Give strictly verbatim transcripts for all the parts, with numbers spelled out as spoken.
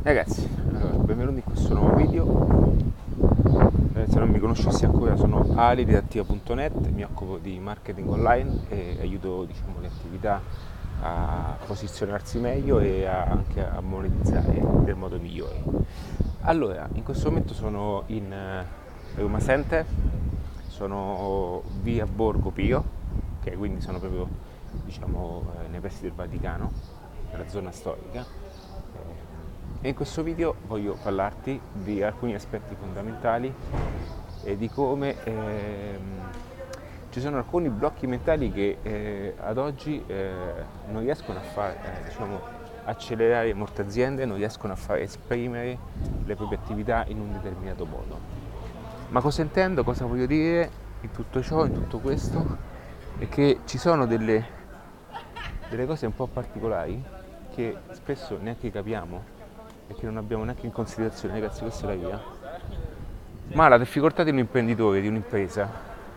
Ragazzi, allora, benvenuti in questo nuovo video. Eh, se non mi conoscessi ancora, sono ali redattiva punto net, mi occupo di marketing online e aiuto, diciamo, le attività a posizionarsi meglio e a, anche a monetizzare del modo migliore. Allora, in questo momento sono in uh, Roma Center, sono via Borgo Pio, che quindi sono proprio, diciamo, eh, nei pressi del Vaticano, nella zona storica. E in questo video voglio parlarti di alcuni aspetti fondamentali e di come ehm, ci sono alcuni blocchi mentali che eh, ad oggi eh, non riescono a far eh, diciamo, accelerare molte aziende, non riescono a far esprimere le proprie attività in un determinato modo. Ma cosa intendo, cosa voglio dire in tutto ciò, in tutto questo? È che ci sono delle, delle cose un po' particolari che spesso neanche capiamo e che non abbiamo neanche in considerazione. Ragazzi, questa è la via. Ma la difficoltà di un imprenditore, di un'impresa,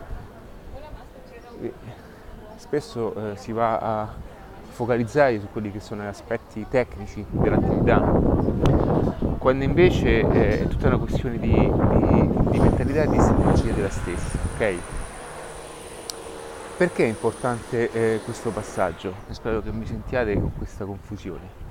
spesso eh, si va a focalizzare su quelli che sono gli aspetti tecnici dell'attività, quando invece eh, è tutta una questione di, di, di mentalità e di strategia della stessa, ok? Perché è importante eh, questo passaggio? E spero che mi sentiate con questa confusione.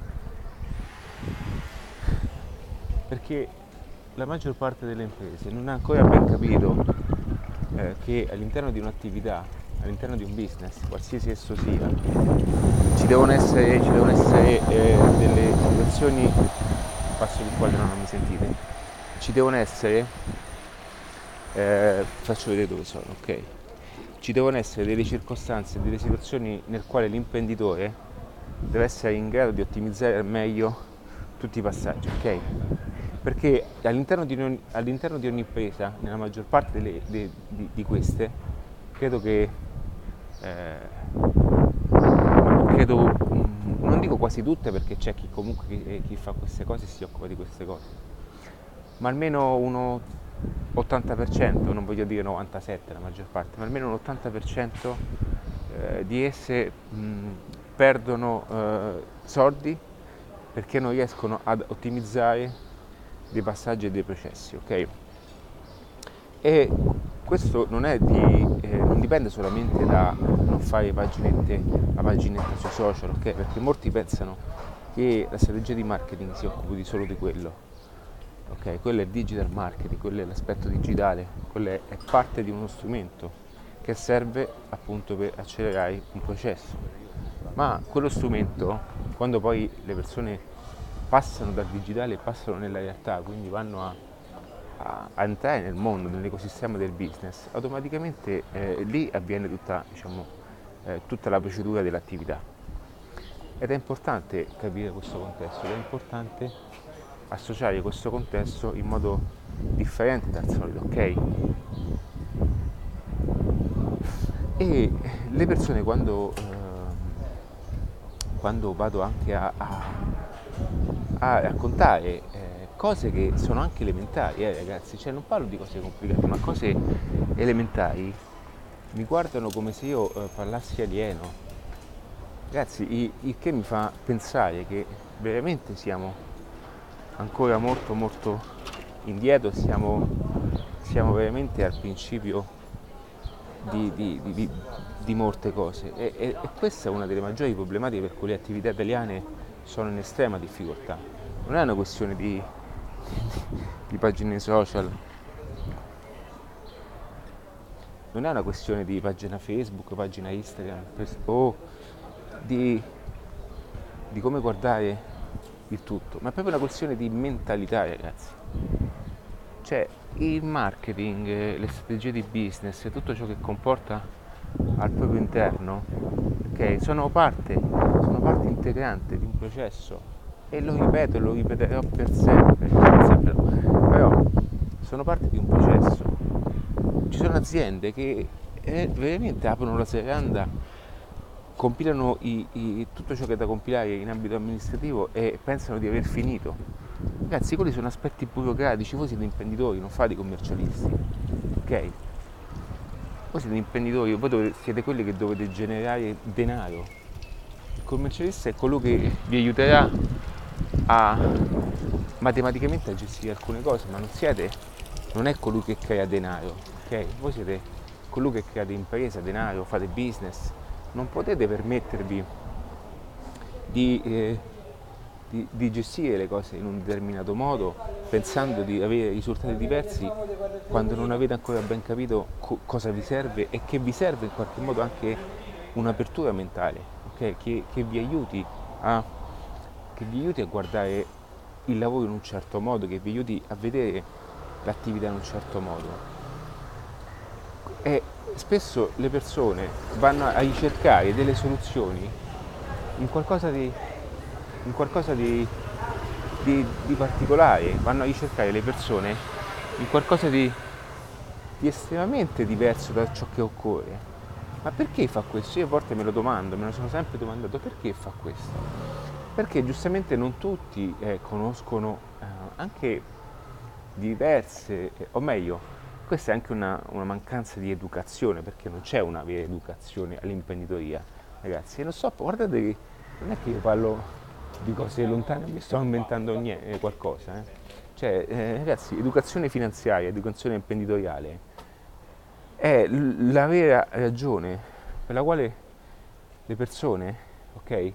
Perché la maggior parte delle imprese non ha ancora ben capito eh, che all'interno di un'attività, all'interno di un business, qualsiasi esso sia, ci devono essere, ci devono essere eh, delle situazioni, passo di qua se non mi sentite, ci devono essere, eh, faccio vedere dove sono, ok? Ci devono essere delle circostanze, delle situazioni nel quale l'imprenditore deve essere in grado di ottimizzare al meglio tutti i passaggi, ok? Perché all'interno di, ogni, all'interno di ogni impresa, nella maggior parte delle, de, di, di queste, credo che, eh, credo, non dico quasi tutte perché c'è chi comunque chi, chi fa queste cose e si occupa di queste cose, ma almeno uno ottanta per cento, non voglio dire novantasette per cento la maggior parte, ma almeno un ottanta per cento eh, di esse mh, perdono eh, soldi perché non riescono ad ottimizzare dei passaggi e dei processi, ok? E questo non è di, eh, non dipende solamente da non fare paginette, la paginetta sui social, ok? Perché molti pensano che la strategia di marketing si occupi solo di quello, ok? Quello è il digital marketing, quello è l'aspetto digitale, quello è, è parte di uno strumento che serve appunto per accelerare un processo. Ma quello strumento, quando poi le persone passano dal digitale e passano nella realtà, quindi vanno a, a, a entrare nel mondo, nell'ecosistema del business, automaticamente eh, lì avviene tutta, diciamo, eh, tutta la procedura dell'attività. Ed è importante capire questo contesto, ed è importante associare questo contesto in modo differente dal solito, ok? E le persone quando, eh, quando vado anche a, a a raccontare eh, cose che sono anche elementari, eh, ragazzi, cioè non parlo di cose complicate, ma cose elementari, mi guardano come se io eh, parlassi alieno. Ragazzi, il, il che mi fa pensare che veramente siamo ancora molto molto indietro, siamo, siamo veramente al principio di, di, di, di, di molte cose e, e, e questa è una delle maggiori problematiche per cui le attività italiane sono in estrema difficoltà. Non è una questione di, di, di pagine social, non è una questione di pagina Facebook, pagina Instagram o di, di come guardare il tutto, ma è proprio una questione di mentalità, ragazzi. Cioè il marketing, le strategie di business, tutto ciò che comporta al proprio interno, ok, sono parte, sono parte integrante di un processo e lo ripeto e lo ripeterò per sempre, sempre, però sono parte di un processo. Ci sono aziende che eh, veramente aprono la serranda, compilano i, i, tutto ciò che è da compilare in ambito amministrativo e pensano di aver finito. Ragazzi, quelli sono aspetti burocratici, voi siete imprenditori, non fate i commercialisti, ok? Voi siete imprenditori, voi dovete, siete quelli che dovete generare denaro. Il commercialista è colui che vi aiuterà a, matematicamente a gestire alcune cose, ma non siete, non è colui che crea denaro, ok? Voi siete colui che crea impresa, denaro, fate business, non potete permettervi di, eh, di, di gestire le cose in un determinato modo pensando di avere risultati diversi quando non avete ancora ben capito co- cosa vi serve e che vi serve in qualche modo anche un'apertura mentale, ok? Che, che vi aiuti a, che vi aiuti a guardare il lavoro in un certo modo, che vi aiuti a vedere l'attività in un certo modo. E spesso le persone vanno a ricercare delle soluzioni in qualcosa di, in qualcosa di, di, di particolare, vanno a ricercare le persone in qualcosa di, di estremamente diverso da ciò che occorre. Ma perché fa questo? Io a volte me lo domando, me lo sono sempre domandato, perché fa questo? Perché giustamente non tutti eh, conoscono eh, anche diverse, eh, o meglio, questa è anche una, una mancanza di educazione, perché non c'è una vera educazione all'imprenditoria, ragazzi. E non so, guardate che non è che io parlo di cose lontane, mi sto inventando niente, qualcosa. Eh. Cioè, eh, ragazzi, educazione finanziaria, educazione imprenditoriale è l- la vera ragione per la quale le persone, ok?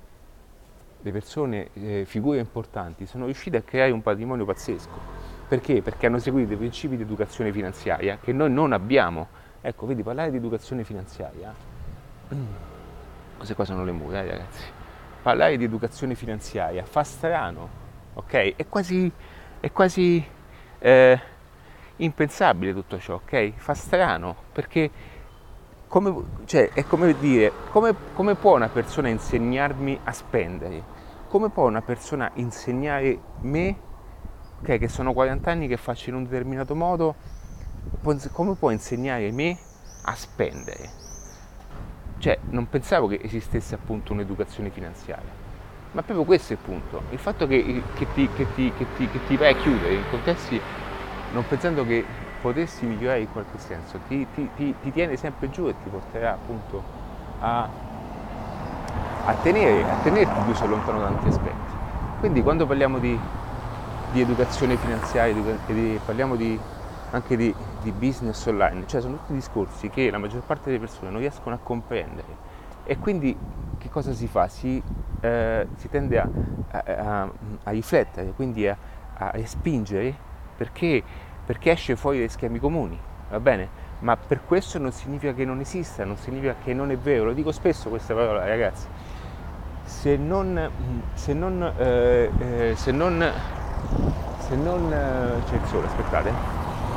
Le persone, eh, figure importanti, sono riuscite a creare un patrimonio pazzesco. Perché? Perché hanno seguito i principi di educazione finanziaria che noi non abbiamo. Ecco, vedi, parlare di educazione finanziaria, queste qua sono le mura, eh, ragazzi. Parlare di educazione finanziaria fa strano, ok? È quasi, è quasi eh, impensabile tutto ciò, ok? Fa strano, perché come, cioè, è come dire, come, come può una persona insegnarmi a spendere? Come può una persona insegnare me, okay, che sono quaranta anni che faccio in un determinato modo, come può insegnare me a spendere? Cioè, non pensavo che esistesse appunto un'educazione finanziaria. Ma proprio questo è il punto. Il fatto che, che, ti, che, ti, che, ti, che ti vai a chiudere in contesti non pensando che potessi migliorare in qualche senso, ti, ti, ti, ti tiene sempre giù e ti porterà appunto a, a, tenere, a tenerti chiuso lontano da tanti aspetti. Quindi quando parliamo di, di educazione finanziaria, di, di, parliamo di, anche di, di business online, cioè sono tutti discorsi che la maggior parte delle persone non riescono a comprendere. E quindi che cosa si fa? Si, eh, si tende a, a, a, a riflettere, quindi a, a respingere perché, perché esce fuori dai schemi comuni, va bene? Ma per questo non significa che non esista, non significa che non è vero. Lo dico spesso questa parola, ragazzi. Se non, se non, eh, eh, se non, se non, eh, c'è il sole, aspettate.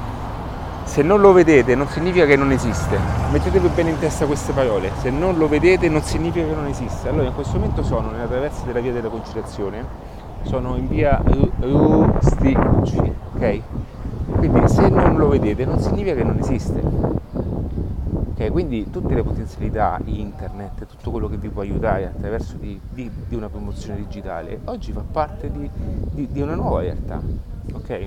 Se non lo vedete non significa che non esiste. Mettetevi bene in testa queste parole. Se non lo vedete non significa che non esiste. Allora in questo momento sono nella traversa della via della Conciliazione, sono in via Rusticci, ok? Quindi se non lo vedete non significa che non esiste. Ok, quindi tutte le potenzialità internet, tutto quello che vi può aiutare attraverso di, di, di una promozione digitale, oggi fa parte di, di, di una nuova realtà. Ok?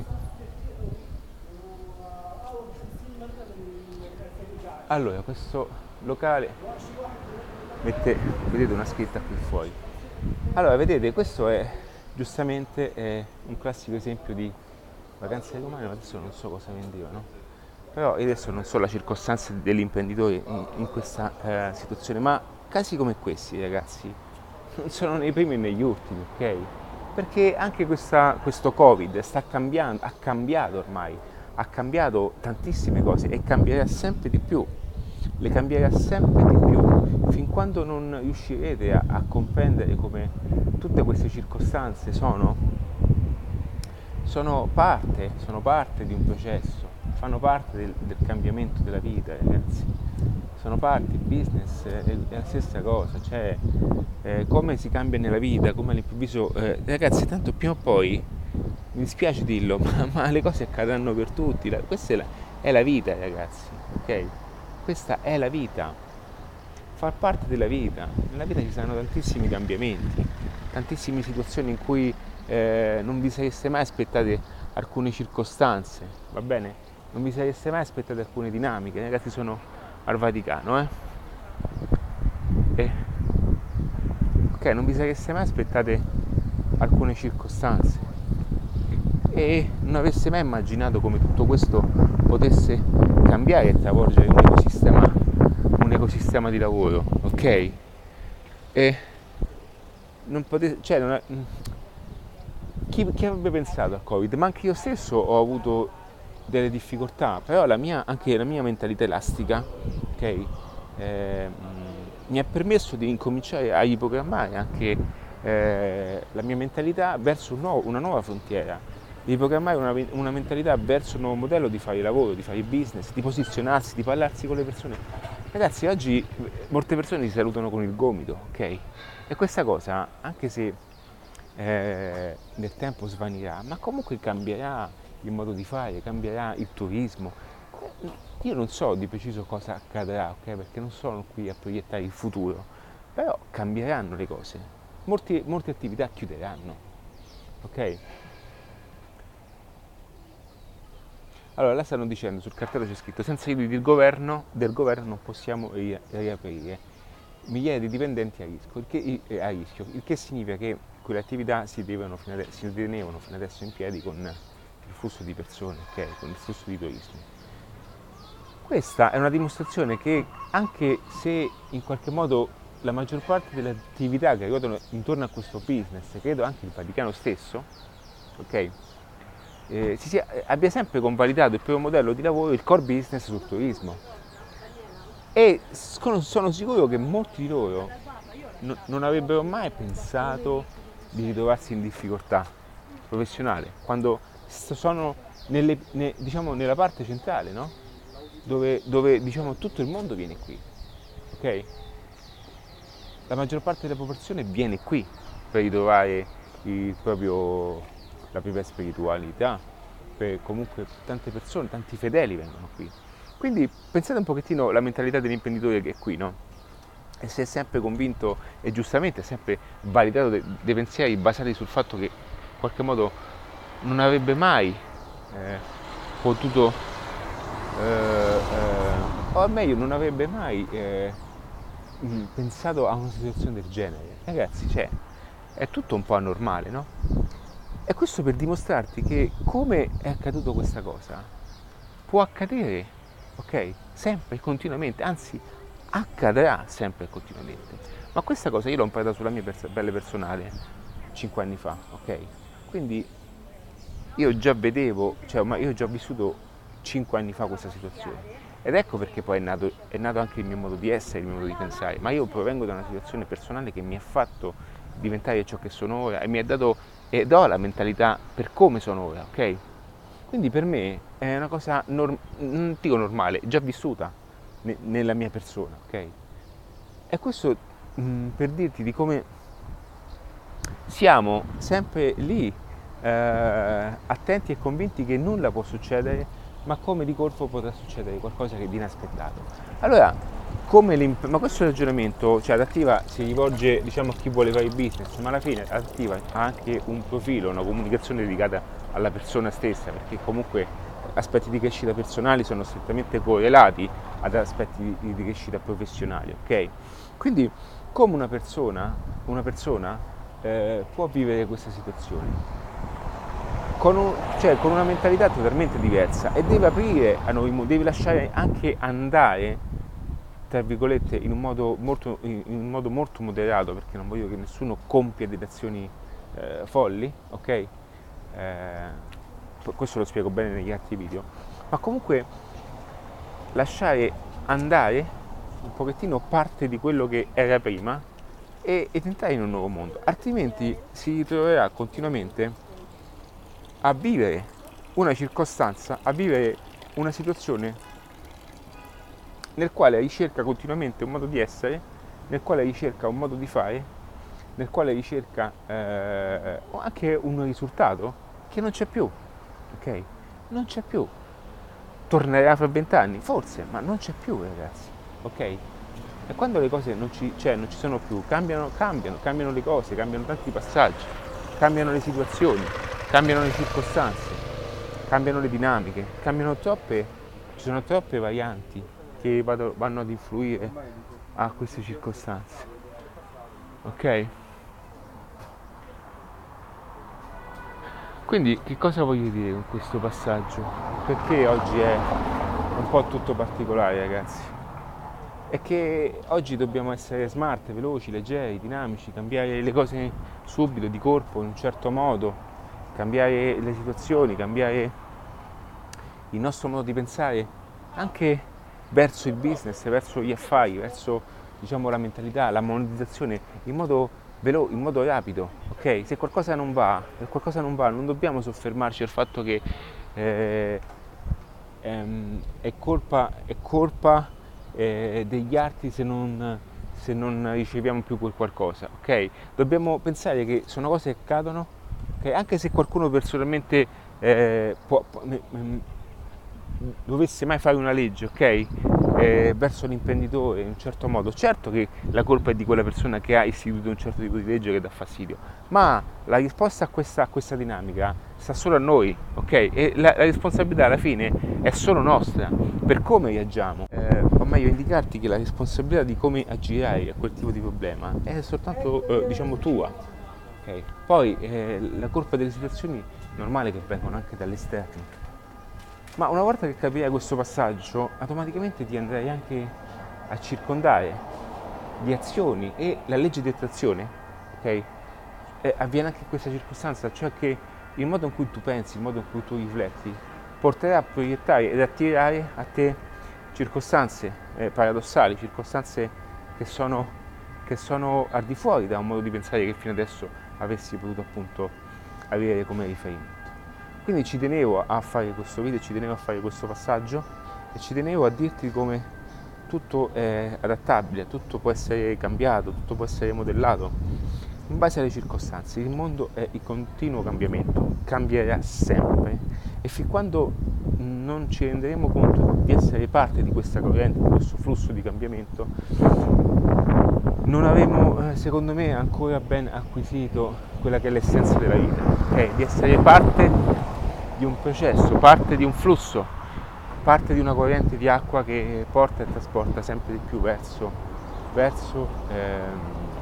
Allora, questo locale mette, vedete una scritta qui fuori. Allora, vedete, questo è giustamente è un classico esempio di vacanze romane, ma adesso non so cosa vendevano. Però adesso non so la circostanza dell'imprenditore in, in questa eh, situazione, ma casi come questi, ragazzi, non sono nei primi e negli ultimi, ok? Perché anche questa, questo Covid sta cambiando, ha cambiato ormai, ha cambiato tantissime cose e cambierà sempre di più, le cambierà sempre di più, fin quando non riuscirete a, a comprendere come tutte queste circostanze sono, sono parte, sono parte di un processo, fanno parte del, del cambiamento della vita, ragazzi. Sono parte, il business è, è la stessa cosa, cioè eh, come si cambia nella vita, come all'improvviso, eh, ragazzi, tanto prima o poi, mi dispiace dirlo, ma, ma le cose accadranno per tutti, la, questa è la, è la vita, ragazzi, ok? Questa è la vita, fa parte della vita, nella vita ci saranno tantissimi cambiamenti, tantissime situazioni in cui eh, non vi sareste mai aspettate alcune circostanze, va bene? Non vi sareste mai aspettate alcune dinamiche, ragazzi, sono al Vaticano, eh? E, ok, non vi sareste mai aspettate alcune circostanze, e non avesse mai immaginato come tutto questo potesse cambiare e travolgere un ecosistema, un ecosistema di lavoro, ok? E non potete, cioè, non è, chi, chi avrebbe pensato al Covid? Ma anche io stesso ho avuto delle difficoltà, però la mia, anche la mia mentalità elastica, ok? Eh, mi ha permesso di incominciare a riprogrammare anche eh, la mia mentalità verso un nuovo, una nuova frontiera, di riprogrammare una, una mentalità verso un nuovo modello di fare lavoro, di fare business, di posizionarsi, di parlarsi con le persone. Ragazzi, oggi molte persone si salutano con il gomito, ok? E questa cosa, anche se eh, nel tempo svanirà, ma comunque cambierà il modo di fare, cambierà il turismo. Io non so di preciso cosa accadrà, ok? Perché non sono qui a proiettare il futuro, però cambieranno le cose. Molti, molte attività chiuderanno, ok? Allora, là stanno dicendo, sul cartello c'è scritto, senza aiuti del governo, del governo non possiamo ri- riaprire. Migliaia di dipendenti a rischio, il che, eh, a rischio, il che significa che quelle attività si, devono fino adesso, si tenevano fino adesso in piedi con il flusso di persone, ok? Con il flusso di turismo. Questa è una dimostrazione che anche se in qualche modo la maggior parte delle attività che ruotano intorno a questo business, credo anche il Vaticano stesso, ok? Eh, si sia, abbia sempre convalidato il primo modello di lavoro, il core business sul turismo. E sono sicuro che molti di loro no, non avrebbero mai pensato di ritrovarsi in difficoltà professionale quando sono nelle, ne, diciamo, nella parte centrale, no? Dove, dove diciamo, tutto il mondo viene qui, ok? La maggior parte della popolazione viene qui per ritrovare il proprio, la propria spiritualità, per comunque tante persone, tanti fedeli vengono qui. Quindi pensate un pochettino alla mentalità dell'imprenditore che è qui, no? E si è sempre convinto, e giustamente ha sempre validato dei, dei pensieri basati sul fatto che in qualche modo non avrebbe mai eh, potuto, eh, eh, o meglio, non avrebbe mai eh, pensato a una situazione del genere. Ragazzi, cioè, è tutto un po' anormale, no? E questo per dimostrarti che come è accaduto questa cosa, può accadere, ok? Sempre e continuamente, anzi accadrà sempre e continuamente. Ma questa cosa io l'ho imparata sulla mia pers- pelle personale cinque anni fa, ok? Quindi io già vedevo, cioè ma io già ho vissuto cinque anni fa questa situazione. Ed ecco perché poi è nato, è nato anche il mio modo di essere, il mio modo di pensare. Ma io provengo da una situazione personale che mi ha fatto diventare ciò che sono ora e mi ha dato ed ho la mentalità per come sono ora, ok? Quindi per me è una cosa, norm- non dico normale, già vissuta ne- nella mia persona, ok? E questo mh, per dirti di come siamo sempre lì, eh, attenti e convinti che nulla può succedere, ma come di colpo potrà succedere qualcosa che è di inaspettato. Allora, come ma questo ragionamento, cioè Adattiva si rivolge diciamo a chi vuole fare il business, ma alla fine Adattiva ha anche un profilo, una comunicazione dedicata alla persona stessa, perché comunque aspetti di crescita personali sono strettamente correlati ad aspetti di, di crescita professionali, ok? Quindi come una persona, una persona eh, può vivere questa situazione? Con, un, cioè, con una mentalità totalmente diversa e deve aprire a nuovi mondi, deve lasciare anche andare, tra virgolette, in un modo molto, in un modo molto moderato, perché non voglio che nessuno compia delle azioni eh, folli, ok? Eh, questo lo spiego bene negli altri video, ma comunque lasciare andare un pochettino parte di quello che era prima e, ed entrare in un nuovo mondo, altrimenti si ritroverà continuamente a vivere una circostanza, a vivere una situazione nel quale ricerca continuamente un modo di essere, nel quale ricerca un modo di fare, nel quale ricerca eh, anche un risultato che non c'è più, ok? Non c'è più. Tornerà fra vent'anni? Forse, ma non c'è più, ragazzi, ok? E quando le cose non ci, cioè, non ci sono più, cambiano, cambiano, cambiano le cose, cambiano tanti passaggi, cambiano le situazioni, cambiano le circostanze, cambiano le dinamiche, cambiano troppe, ci sono troppe varianti che vado, vanno ad influire a queste circostanze, ok? Quindi che cosa voglio dire con questo passaggio? Perché oggi è un po' tutto particolare, ragazzi? È che oggi dobbiamo essere smart, veloci, leggeri, dinamici, cambiare le cose subito, di corpo, in un certo modo, cambiare le situazioni, cambiare il nostro modo di pensare anche verso il business, verso gli affari, verso, diciamo, la mentalità, la monetizzazione in modo velo- in modo rapido, ok? Se qualcosa non va, se qualcosa non va, non dobbiamo soffermarci al fatto che eh, ehm, è colpa, è colpa eh, degli altri se non, se non riceviamo più quel qualcosa, ok? Dobbiamo pensare che sono cose che accadono, okay? Anche se qualcuno personalmente eh, può, può, dovesse mai fare una legge, ok? Eh, verso l'imprenditore in un certo modo, certo che la colpa è di quella persona che ha istituito un certo tipo di legge che dà fastidio, ma la risposta a questa, a questa dinamica sta solo a noi, ok? E la, la responsabilità alla fine è solo nostra per come reagiamo, eh, o meglio indicarti che la responsabilità di come agirai a quel tipo di problema è soltanto eh, diciamo tua, ok? Poi eh, la colpa delle situazioni è normale che vengono anche dall'esterno. Ma una volta che capirai questo passaggio, automaticamente ti andrai anche a circondare di azioni e la legge di attrazione, ok? Eh, avviene anche in questa circostanza, cioè che il modo in cui tu pensi, il modo in cui tu rifletti, porterà a proiettare ed attirare a te circostanze eh, paradossali, circostanze che sono, che sono al di fuori da un modo di pensare che fino adesso avresti potuto appunto avere come riferimento. Quindi ci tenevo a fare questo video, ci tenevo a fare questo passaggio e ci tenevo a dirti come tutto è adattabile, tutto può essere cambiato, tutto può essere modellato in base alle circostanze. Il mondo è in continuo cambiamento, cambierà sempre e fin quando non ci renderemo conto di essere parte di questa corrente, di questo flusso di cambiamento, non avremo, secondo me, ancora ben acquisito quella che è l'essenza della vita, okay? Di essere parte di un processo, parte di un flusso, parte di una corrente di acqua che porta e trasporta sempre di più verso, verso, ehm,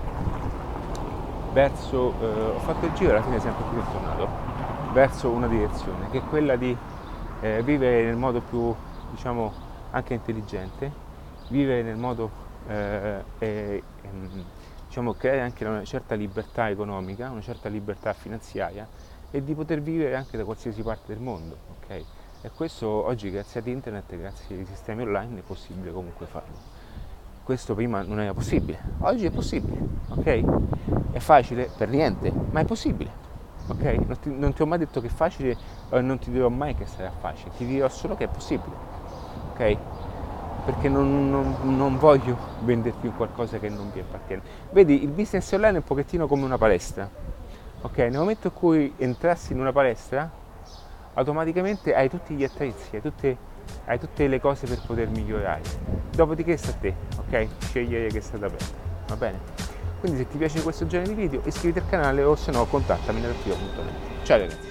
verso eh, ho fatto il giro, alla fine sempre più ritornato, verso una direzione, che è quella di eh, vivere nel modo più, diciamo, anche intelligente, vivere nel modo, eh, e, ehm, diciamo, creare anche una certa libertà economica, una certa libertà finanziaria, e di poter vivere anche da qualsiasi parte del mondo, ok? E questo oggi, grazie ad internet, grazie ai sistemi online, è possibile comunque farlo. Questo prima non era possibile, oggi è possibile, ok? È facile? Per niente, ma è possibile, ok? Non ti, non ti ho mai detto che è facile, eh, non ti dirò mai che sarà facile, ti dirò solo che è possibile, ok? Perché non, non, non voglio venderti qualcosa che non vi appartiene. Vedi, il business online è un pochettino come una palestra. Ok, nel momento in cui entrassi in una palestra, automaticamente hai tutti gli attrezzi, hai tutte, hai tutte le cose per poter migliorare. Dopodiché sta a te, ok? Scegliere che strada prendere, va bene? Quindi se ti piace questo genere di video iscriviti al canale o se no contattami nel primo punto net. Ciao ragazzi!